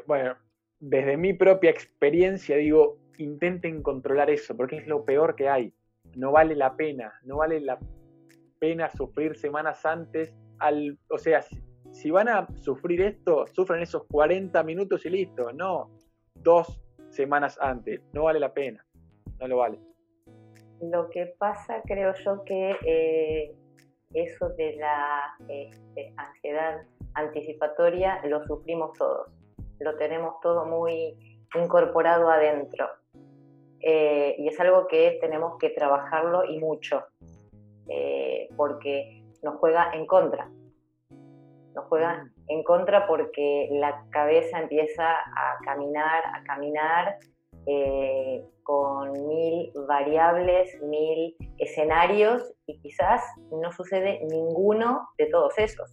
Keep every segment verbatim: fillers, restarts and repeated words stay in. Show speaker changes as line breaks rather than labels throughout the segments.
bueno, desde mi propia experiencia digo, intenten controlar eso, porque es lo peor que hay. No vale la pena, no vale la pena sufrir semanas antes. Al, o sea, si, si van a sufrir esto, sufran esos cuarenta minutos y listo. No, dos semanas antes. No vale la pena, no lo vale.
Lo que pasa, creo yo, que eh, eso de la este, ansiedad anticipatoria lo sufrimos todos. Lo tenemos todo muy incorporado adentro. Eh, y es algo que tenemos que trabajarlo y mucho, eh, porque nos juega en contra. Nos juega en contra porque la cabeza empieza a caminar, a caminar eh, con mil variables, mil escenarios y quizás no sucede ninguno de todos esos.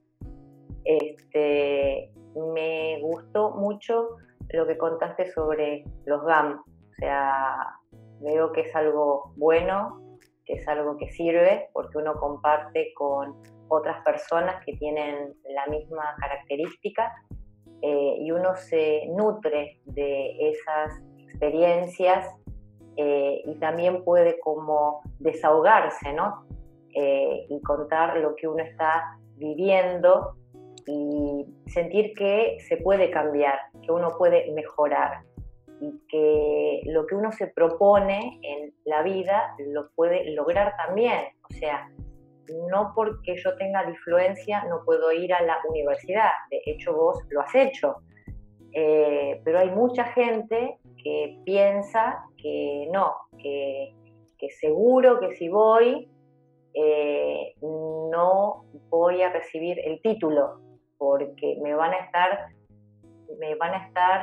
Este, me gustó mucho lo que contaste sobre los G A M. O sea, veo que es algo bueno, que es algo que sirve, porque uno comparte con otras personas que tienen la misma característica eh, y uno se nutre de esas experiencias eh, y también puede como desahogarse, ¿no? Eh, y contar lo que uno está viviendo y sentir que se puede cambiar, que uno puede mejorar y que lo que uno se propone en la vida lo puede lograr también. O sea, no porque yo tenga disfluencia no puedo ir a la universidad, de hecho vos lo has hecho, eh, pero hay mucha gente que piensa que no, que, que seguro que si voy eh, no voy a recibir el título porque me van a estar me van a estar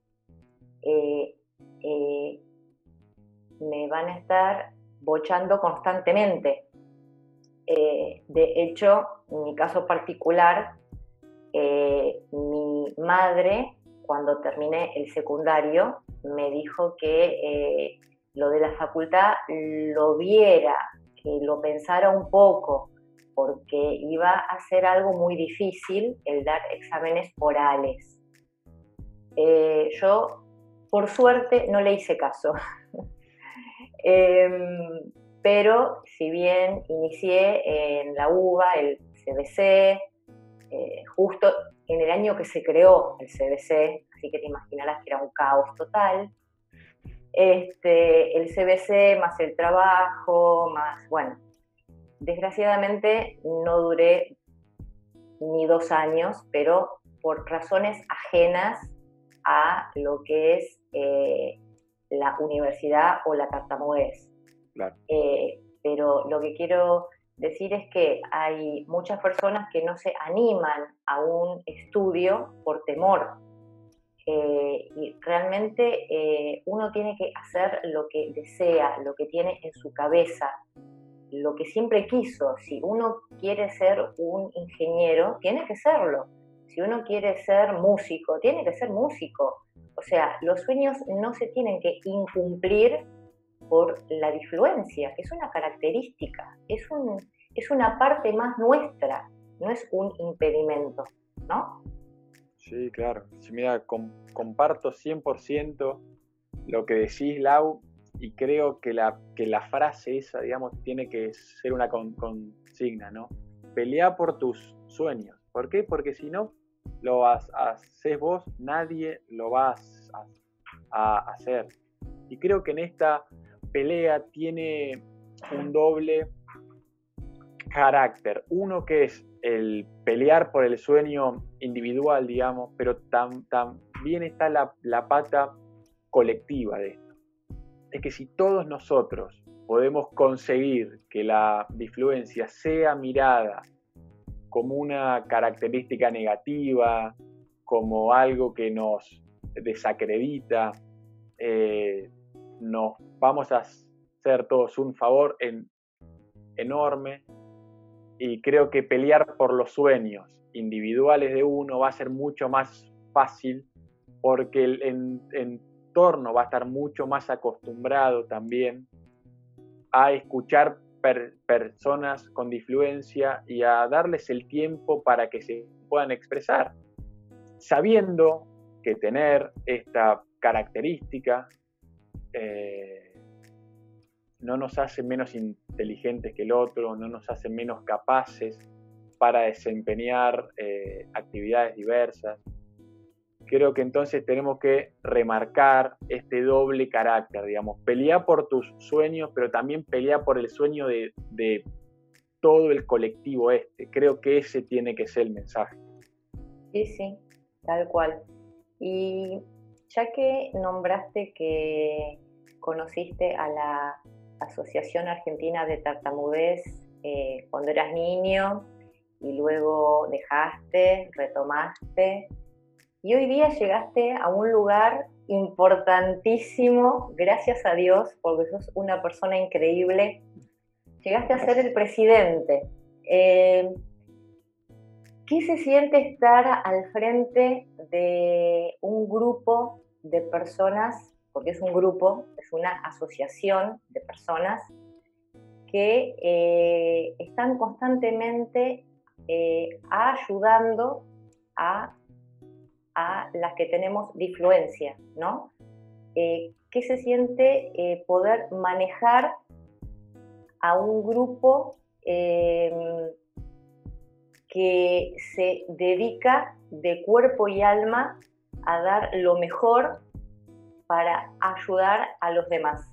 eh, eh, me van a estar bochando constantemente. Eh, de hecho, en mi caso particular, eh, mi madre, cuando terminé el secundario, me dijo que eh, lo de la facultad lo viera, que lo pensara un poco, porque iba a ser algo muy difícil el dar exámenes orales. Eh, yo, por suerte, no le hice caso. eh, pero si bien inicié en la U B A, el C B C, eh, justo en el año que se creó el C B C, así que te imaginarás que era un caos total, este, el C B C más el trabajo, más, bueno, desgraciadamente no duré ni dos años, pero por razones ajenas a lo que es eh, la universidad o la tartamudez.
Claro.
Eh, pero lo que quiero decir es que hay muchas personas que no se animan a un estudio por temor. Eh, y realmente eh, uno tiene que hacer lo que desea, lo que tiene en su cabeza, lo que siempre quiso. Si uno quiere ser un ingeniero, tiene que serlo. Si uno quiere ser músico, tiene que ser músico. O sea, los sueños no se tienen que incumplir por la disfluencia, que es una característica, es, un, es una parte más nuestra, no es un impedimento, ¿no?
Sí, claro. Sí, mira, com, comparto cien por ciento lo que decís, Lau, y creo que la, que la frase esa, digamos, tiene que ser una con, consigna, ¿no? Pelea por tus sueños. ¿Por qué? Porque si no lo haces vos, nadie lo va a, a hacer. Y creo que en esta pelea tiene un doble carácter. Uno que es el pelear por el sueño individual, digamos, pero tam, también está la, la pata colectiva de esto. Es que si todos nosotros podemos conseguir que la disfluencia sea mirada como una característica negativa, como algo que nos desacredita, eh, nos vamos a hacer todos un favor en, enorme, y creo que pelear por los sueños individuales de uno va a ser mucho más fácil porque el en, entorno va a estar mucho más acostumbrado también a escuchar per, personas con disfluencia y a darles el tiempo para que se puedan expresar, sabiendo que tener esta característica eh, no nos hace menos inteligentes que el otro, no nos hace menos capaces para desempeñar eh, actividades diversas. Creo que entonces tenemos que remarcar este doble carácter, digamos, pelear por tus sueños, pero también pelear por el sueño de, de todo el colectivo este. Creo que ese tiene que ser el mensaje.
Sí, sí, tal cual. Y ya que nombraste que conociste a la Asociación Argentina de Tartamudez eh, cuando eras niño y luego dejaste, retomaste, y hoy día llegaste a un lugar importantísimo, gracias a Dios, porque sos una persona increíble. Llegaste a ser el presidente. Eh, ¿Qué se siente estar al frente de un grupo de personas, porque es un grupo, es una asociación de personas que eh, están constantemente eh, ayudando a, a las que tenemos difluencia, ¿no? Eh, ¿Qué se siente eh, poder manejar a un grupo eh, que se dedica de cuerpo y alma a dar lo mejor para ayudar a los demás?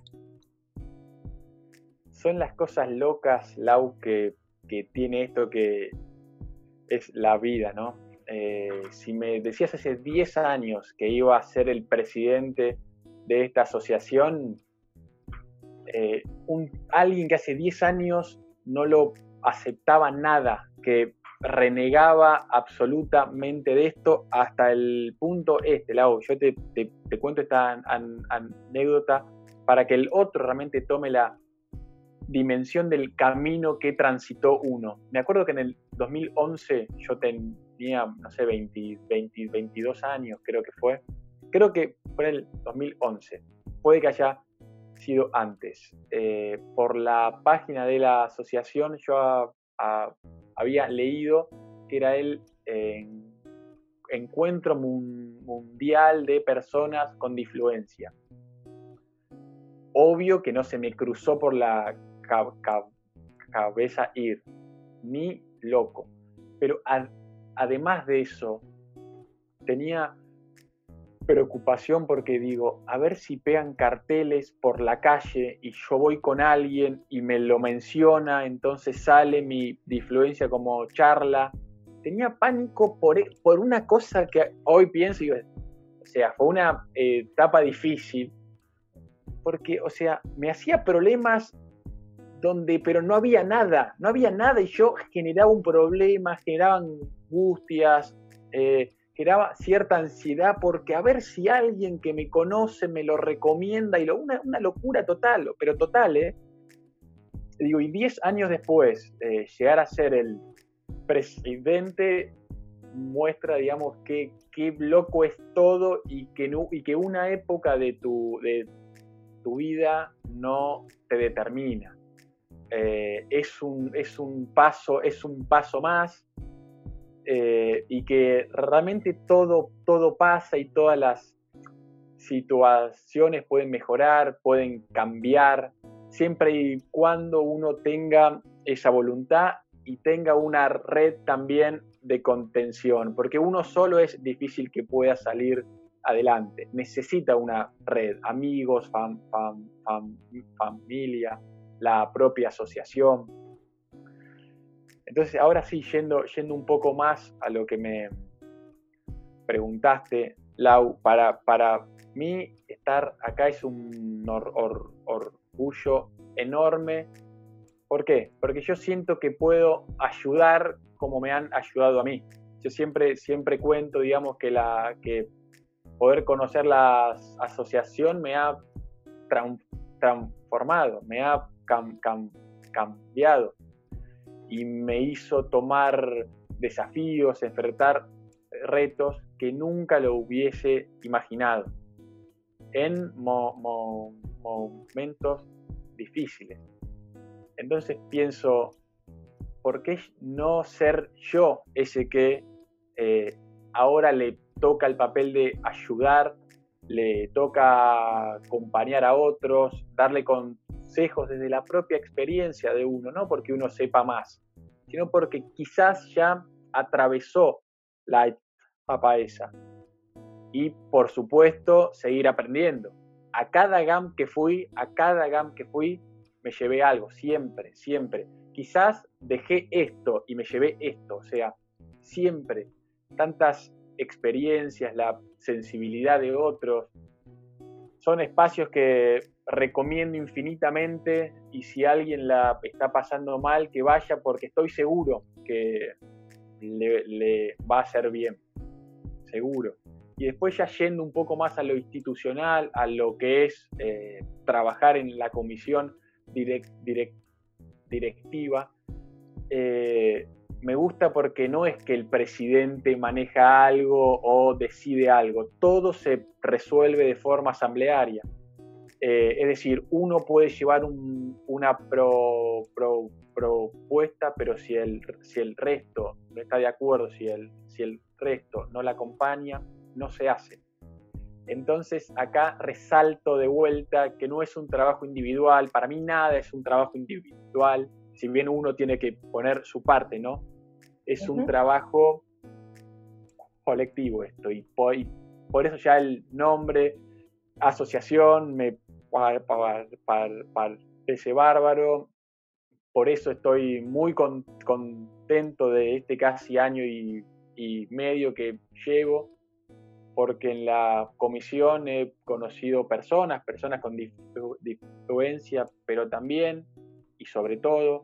Son las cosas locas, Lau, que, que tiene esto que es la vida, ¿no? Eh, si me decías hace diez años que iba a ser el presidente de esta asociación, eh, un, alguien que hace diez años no lo aceptaba nada, que renegaba absolutamente de esto hasta el punto este, Lau. Yo te, te, te cuento esta an, an, anécdota para que el otro realmente tome la dimensión del camino que transitó uno. Me acuerdo que en el dos mil once yo tenía, no sé, veinte, veinte, veintidós años, creo que fue. Creo que fue en el dos mil once. Puede que haya sido antes. Eh, por la página de la asociación yo a, a, había leído que era el eh, encuentro mun, mundial de personas con difluencia. Obvio que no se me cruzó por la ca, ca, cabeza ir, ni loco. Pero a, además de eso, tenía preocupación porque digo, a ver si pegan carteles por la calle y yo voy con alguien y me lo menciona, entonces sale mi difluencia como charla. Tenía pánico por, por una cosa que hoy pienso, y, o sea, fue una eh, etapa difícil, porque, o sea, me hacía problemas donde, pero no había nada, no había nada y yo generaba un problema, generaba angustias, eh, generaba cierta ansiedad porque a ver si alguien que me conoce me lo recomienda y lo, una, una locura total, pero total, ¿eh? Digo, y diez años después, eh, llegar a ser el presidente muestra, digamos, qué, qué loco es todo y que, no, y que una época de tu, de tu vida no te determina. Eh, es, un, es, un paso, es un paso más. Eh, y que realmente todo, todo pasa y todas las situaciones pueden mejorar, pueden cambiar, siempre y cuando uno tenga esa voluntad y tenga una red también de contención, porque uno solo es difícil que pueda salir adelante, necesita una red, amigos, fam, fam, fam, familia, la propia asociación. Entonces, ahora sí, yendo, yendo un poco más a lo que me preguntaste, Lau, para, para mí estar acá es un or, or, orgullo enorme. ¿Por qué? Porque yo siento que puedo ayudar como me han ayudado a mí. Yo siempre, siempre cuento, digamos, que, la, que poder conocer la asociación me ha transformado, me ha cam, cam, cambiado. Y me hizo tomar desafíos, enfrentar retos que nunca lo hubiese imaginado en mo, mo, momentos difíciles. Entonces pienso, ¿por qué no ser yo ese que eh, ahora le toca el papel de ayudar, le toca acompañar a otros, darle consejos desde la propia experiencia de uno, no porque uno sepa más, sino porque quizás ya atravesó la etapa esa. Y por supuesto, seguir aprendiendo. A cada GAM que fui, a cada GAM que fui, me llevé algo, siempre, siempre. Quizás dejé esto y me llevé esto, o sea, siempre. Tantas experiencias, la sensibilidad de otros, son espacios que recomiendo infinitamente, y si alguien la está pasando mal, que vaya, porque estoy seguro que le, le va a hacer bien, seguro. Y después ya yendo un poco más a lo institucional, a lo que es eh, trabajar en la comisión direct, direct, directiva, eh, me gusta porque no es que el presidente maneja algo o decide algo, todo se resuelve de forma asamblearia. Eh, es decir, uno puede llevar un, una pro, pro, propuesta, pero si el, si el resto no está de acuerdo, si el, si el resto no la acompaña, no se hace. Entonces acá resalto de vuelta que no es un trabajo individual, para mí nada es un trabajo individual, si bien uno tiene que poner su parte, ¿no? Es uh-huh. un trabajo colectivo esto, y por, y por eso ya el nombre asociación me parece bárbaro, por eso estoy muy con, contento de este casi año y, y medio que llevo, porque en la comisión he conocido personas, personas con disfluencia, pero también y sobre todo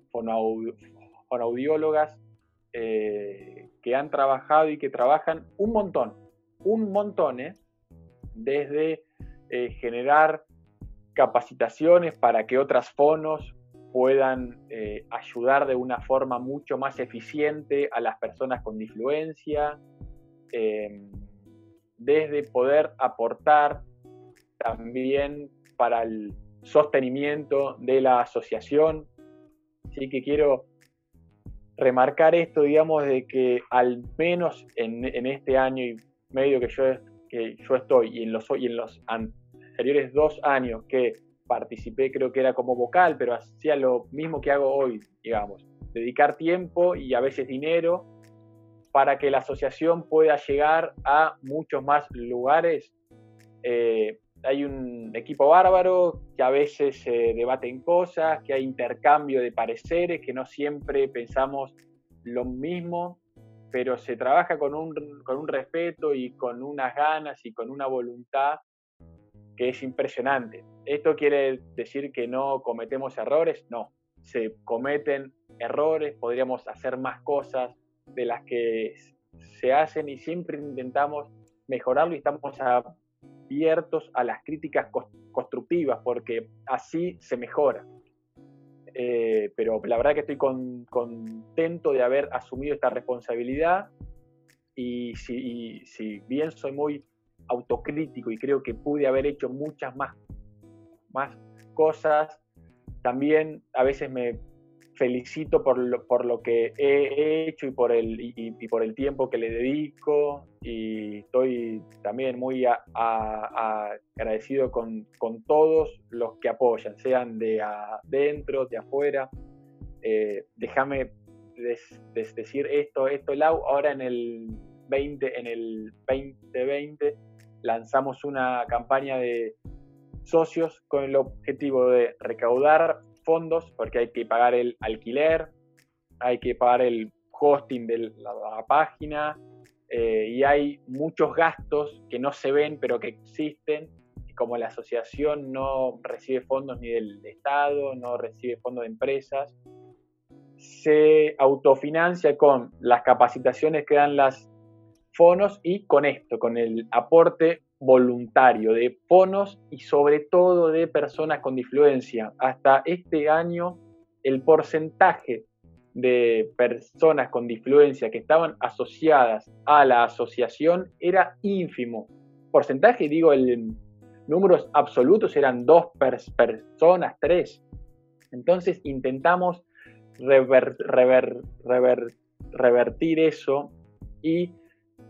fonoaudiólogas eh, que han trabajado y que trabajan un montón, un montón, ¿eh? desde eh, generar capacitaciones para que otras fonos puedan eh, ayudar de una forma mucho más eficiente a las personas con disfluencia, eh, desde poder aportar también para el sostenimiento de la asociación. Así que quiero remarcar esto, digamos, de que al menos en, en este año y medio que yo, que yo estoy, y en, los, y en los anteriores dos años que participé, creo que era como vocal, pero hacía lo mismo que hago hoy, digamos, dedicar tiempo y a veces dinero para que la asociación pueda llegar a muchos más lugares. Eh, hay un equipo bárbaro, que a veces se eh, debaten cosas, que hay intercambio de pareceres, que no siempre pensamos lo mismo, pero se trabaja con un, con un respeto y con unas ganas y con una voluntad que es impresionante. ¿Esto quiere decir que no cometemos errores? No, se cometen errores, podríamos hacer más cosas de las que se hacen y siempre intentamos mejorarlo y estamos abiertos a las críticas constructivas porque así se mejora. Eh, pero la verdad que estoy con, contento de haber asumido esta responsabilidad y si, y si bien soy muy autocrítico y creo que pude haber hecho muchas más, más cosas, también a veces me felicito por lo, por lo que he hecho y por, el, y, y por el tiempo que le dedico, y estoy también muy a, a, a agradecido con, con todos los que apoyan, sean de adentro, de afuera. Eh, déjame des, des decir esto, esto Lau, ahora en el, veinte, en el veinte veinte lanzamos una campaña de socios con el objetivo de recaudar fondos, porque hay que pagar el alquiler, hay que pagar el hosting de la, la página, eh, y hay muchos gastos que no se ven pero que existen, y como la asociación no recibe fondos ni del Estado, no recibe fondos de empresas, se autofinancia con las capacitaciones que dan las fonos y con esto, con el aporte voluntario de fonos y sobre todo de personas con disfluencia. Hasta este año el porcentaje de personas con disfluencia que estaban asociadas a la asociación era ínfimo. Porcentaje, digo, en números absolutos eran dos per personas, tres. Entonces intentamos rever, rever, rever, revertir eso y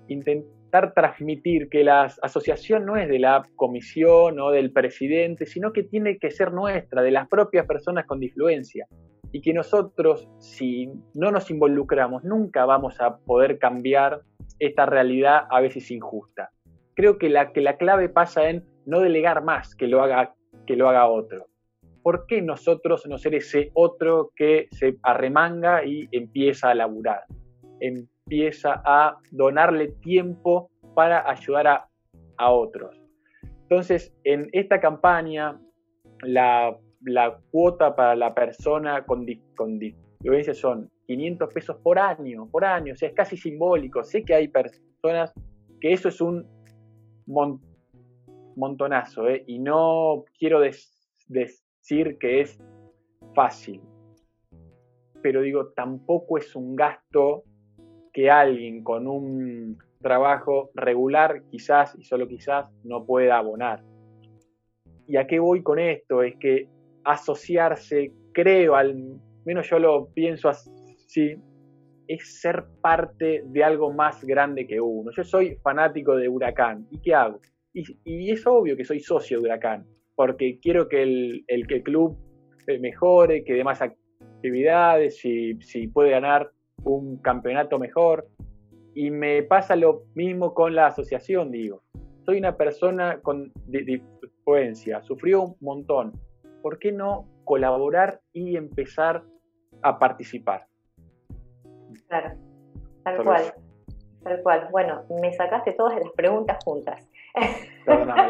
intentar transmitir que la asociación no es de la comisión o del presidente, sino que tiene que ser nuestra, de las propias personas con disfluencia. Y que nosotros, si no nos involucramos, nunca vamos a poder cambiar esta realidad a veces injusta. Creo que la, que la clave pasa en no delegar más que lo haga, que lo haga otro. ¿Por qué nosotros no ser ese otro que se arremanga y empieza a laburar? Empieza a donarle tiempo para ayudar a, a otros. Entonces, en esta campaña, la, la cuota para la persona con, con discapacidad son quinientos pesos por año, por año, o sea, es casi simbólico. Sé que hay personas que eso es un mon, montonazo, ¿eh? Y no quiero des, decir que es fácil, pero digo, tampoco es un gasto que alguien con un trabajo regular quizás y solo quizás no pueda abonar. ¿Y a qué voy con esto? Es que asociarse, creo, al menos yo lo pienso así, es ser parte de algo más grande que uno. Yo soy fanático de Huracán. ¿Y qué hago? Y, y es obvio que soy socio de Huracán, porque quiero que el, el, que el club mejore, que dé más actividades, si, si puede ganar un campeonato mejor. Y me pasa lo mismo con la asociación, digo. Soy una persona con discapacidad, sufrió un montón. ¿Por qué no colaborar y empezar a participar?
Claro, tal cual, tal cual. Bueno, me sacaste todas las preguntas juntas.
Perdóname,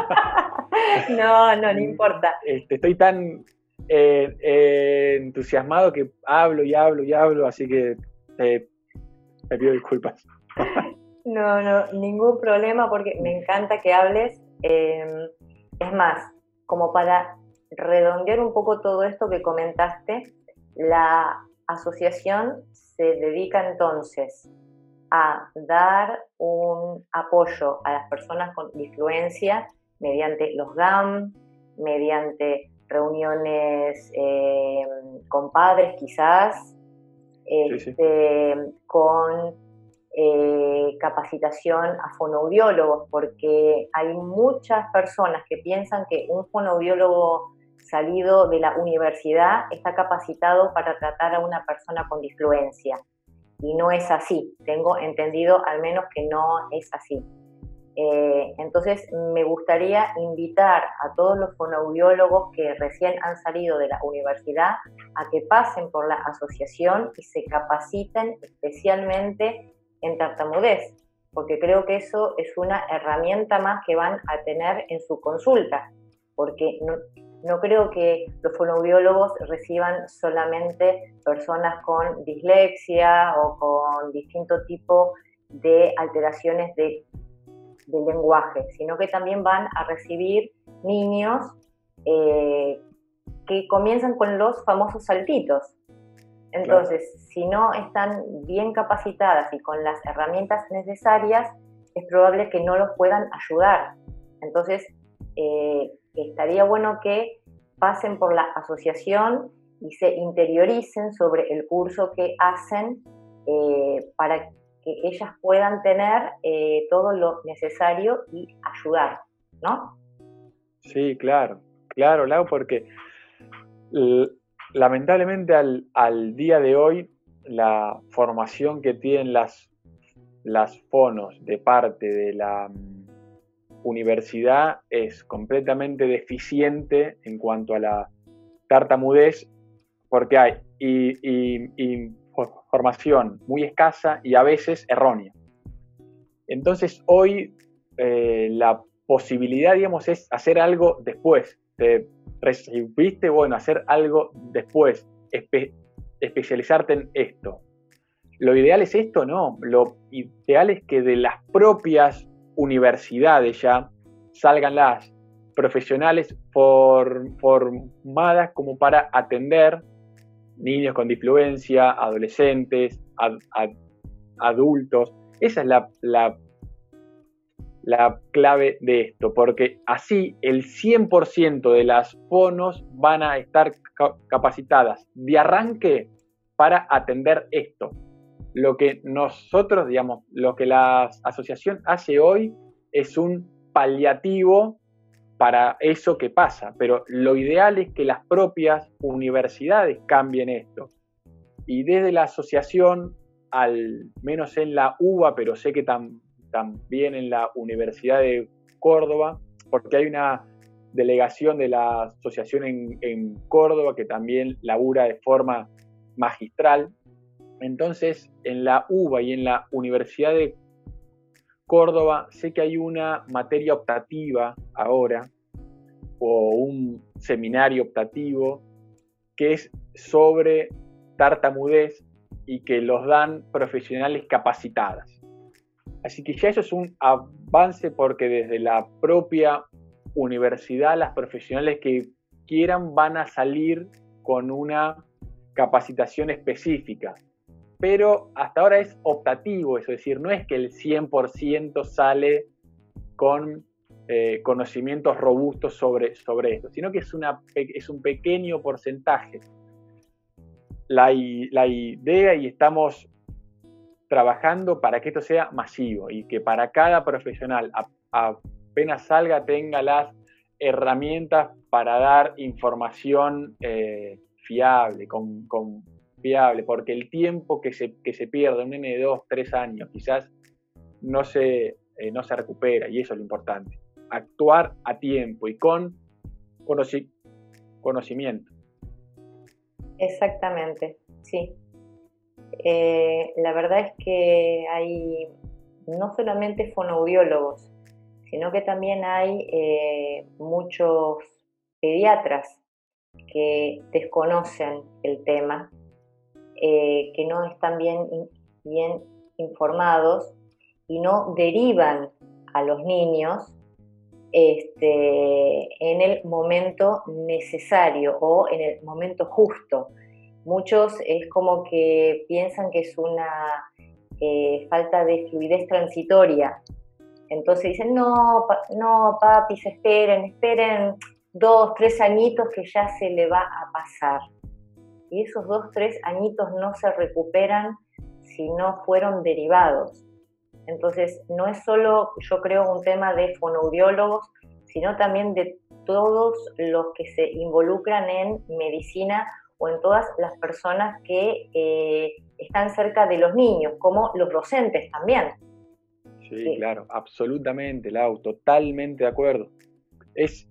no, no, no importa.
Este, estoy tan eh, eh, entusiasmado que hablo y hablo y hablo, así que eh, me pido disculpas.
No, no, ningún problema, porque me encanta que hables. Eh, es más, como para redondear un poco todo esto que comentaste, la asociación se dedica entonces a dar un apoyo a las personas con disfluencia mediante los G A M, mediante reuniones eh, con padres quizás, este, sí, sí. con eh, capacitación a fonoaudiólogos, porque hay muchas personas que piensan que un fonoaudiólogo salido de la universidad está capacitado para tratar a una persona con disfluencia. Y no es así. Tengo entendido al menos que no es así. Eh, entonces, me gustaría invitar a todos los fonoaudiólogos que recién han salido de la universidad a que pasen por la asociación y se capaciten especialmente en tartamudez, porque creo que eso es una herramienta más que van a tener en su consulta, porque no, no creo que los fonoaudiólogos reciban solamente personas con dislexia o con distinto tipo de alteraciones de, de lenguaje, sino que también van a recibir niños eh, que comienzan con los famosos saltitos. Entonces, claro, si no están bien capacitadas y con las herramientas necesarias, es probable que no los puedan ayudar. Entonces, eh, estaría bueno que pasen por la asociación y se interioricen sobre el curso que hacen eh, para que ellas puedan tener eh, todo lo necesario y ayudar, ¿no?
Sí, claro, claro, Lau, porque eh, lamentablemente al, al día de hoy la formación que tienen las, las fonos de parte de la universidad es completamente deficiente en cuanto a la tartamudez, porque hay y, y, y formación muy escasa y a veces errónea. Entonces hoy eh, la posibilidad, digamos, es hacer algo después. Te recibiste, bueno, hacer algo después, espe especializarte en esto. ¿Lo ideal es esto? No. Lo ideal es que de las propias universidades ya salgan las profesionales for, formadas como para atender niños con disfluencia, adolescentes, ad, ad, adultos. Esa es la, la, la clave de esto, porque así el cien por ciento de las fonos van a estar capacitadas de arranque para atender esto. lo que nosotros, digamos, lo que la asociación hace hoy es un paliativo para eso que pasa, pero lo ideal es que las propias universidades cambien esto. Y desde la asociación, al menos en la U B A, pero sé que tam, también en la Universidad de Córdoba, porque hay una delegación de la asociación en, en Córdoba que también labura de forma magistral. Entonces, en la U B A y en la Universidad de Córdoba sé que hay una materia optativa ahora, o un seminario optativo, que es sobre tartamudez y que los dan profesionales capacitadas. Así que ya eso es un avance, porque desde la propia universidad las profesionales que quieran van a salir con una capacitación específica. Pero hasta ahora es optativo, es decir, no es que el cien por ciento sale con eh, conocimientos robustos sobre, sobre esto, sino que es, una, es un pequeño porcentaje. La, la idea, y estamos trabajando para que esto sea masivo y que para cada profesional a, apenas salga tenga las herramientas para dar información eh, fiable, con, con fiable, porque el tiempo que se, que se pierde, un nene de dos, tres años, quizás no se, eh, no se recupera, y eso es lo importante. Actuar a tiempo y con conoci conocimiento.
Exactamente, sí. Eh, la verdad es que hay no solamente fonoaudiólogos, sino que también hay eh, muchos pediatras que desconocen el tema, eh, que no están bien, bien informados y no derivan a los niños este, en el momento necesario o en el momento justo. Muchos es como que piensan que es una eh, falta de fluidez transitoria. Entonces dicen, no, pa, no, papis, esperen, esperen dos, tres añitos que ya se le va a pasar. Y esos dos, tres añitos no se recuperan si no fueron derivados. Entonces, no es solo, yo creo, un tema de fonoaudiólogos, sino también de todos los que se involucran en medicina o en todas las personas que eh, están cerca de los niños, como los docentes también.
Sí, sí, claro, absolutamente, Lau, totalmente de acuerdo. Es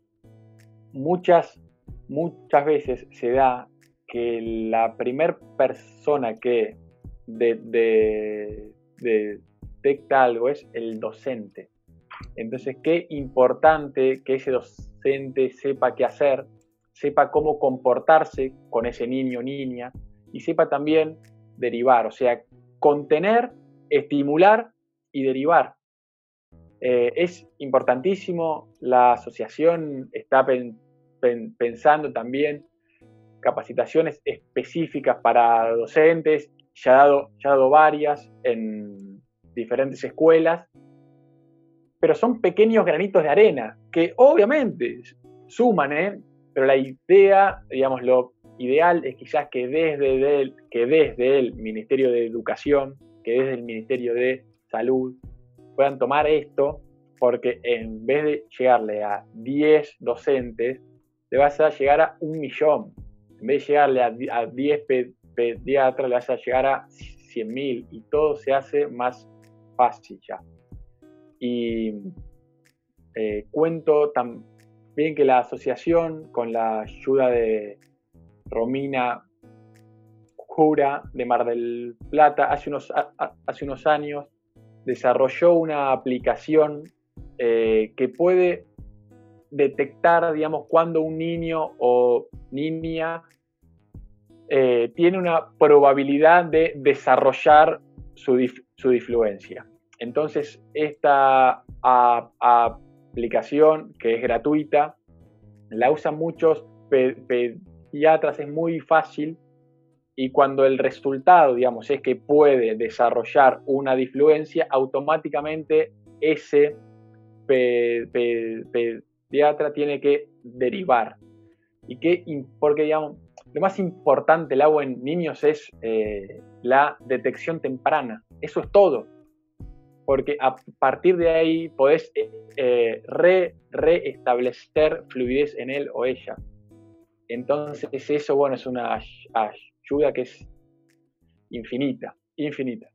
muchas, muchas veces se da que la primer persona que de, de, de detecta algo es el docente. Entonces, qué importante que ese docente sepa qué hacer, sepa cómo comportarse con ese niño o niña y sepa también derivar, o sea, contener, estimular y derivar. Eh, es importantísimo. La asociación está pen, pen, pensando también capacitaciones específicas para docentes, ya ha dado, ya ha dado varias en diferentes escuelas, pero son pequeños granitos de arena que obviamente suman, ¿eh? Pero la idea, digamos, lo ideal es quizás que desde, el, que desde el Ministerio de Educación, que desde el Ministerio de Salud puedan tomar esto, porque en vez de llegarle a diez docentes, le vas a llegar a un millón. En vez de llegarle a, a diez pediatras, le vas a llegar a cien mil, y todo se hace más fácil ya. Y eh, cuento también que la asociación, con la ayuda de Romina Jura de Mar del Plata, hace unos, a, hace unos años desarrolló una aplicación eh, que puede detectar, digamos, cuando un niño o niña eh, tiene una probabilidad de desarrollar su, dif su difluencia. Entonces, esta a, a aplicación, que es gratuita, la usan muchos pe pediatras, es muy fácil, y cuando el resultado, digamos, es que puede desarrollar una difluencia, automáticamente ese pe pe pediatra tiene que derivar. ¿Y qué? Porque, digamos, lo más importante del agua en niños es eh, la detección temprana. Eso es todo. Porque a partir de ahí podés eh, re, reestablecer fluidez en él o ella. Entonces eso, bueno, es una ayuda que es infinita, infinita.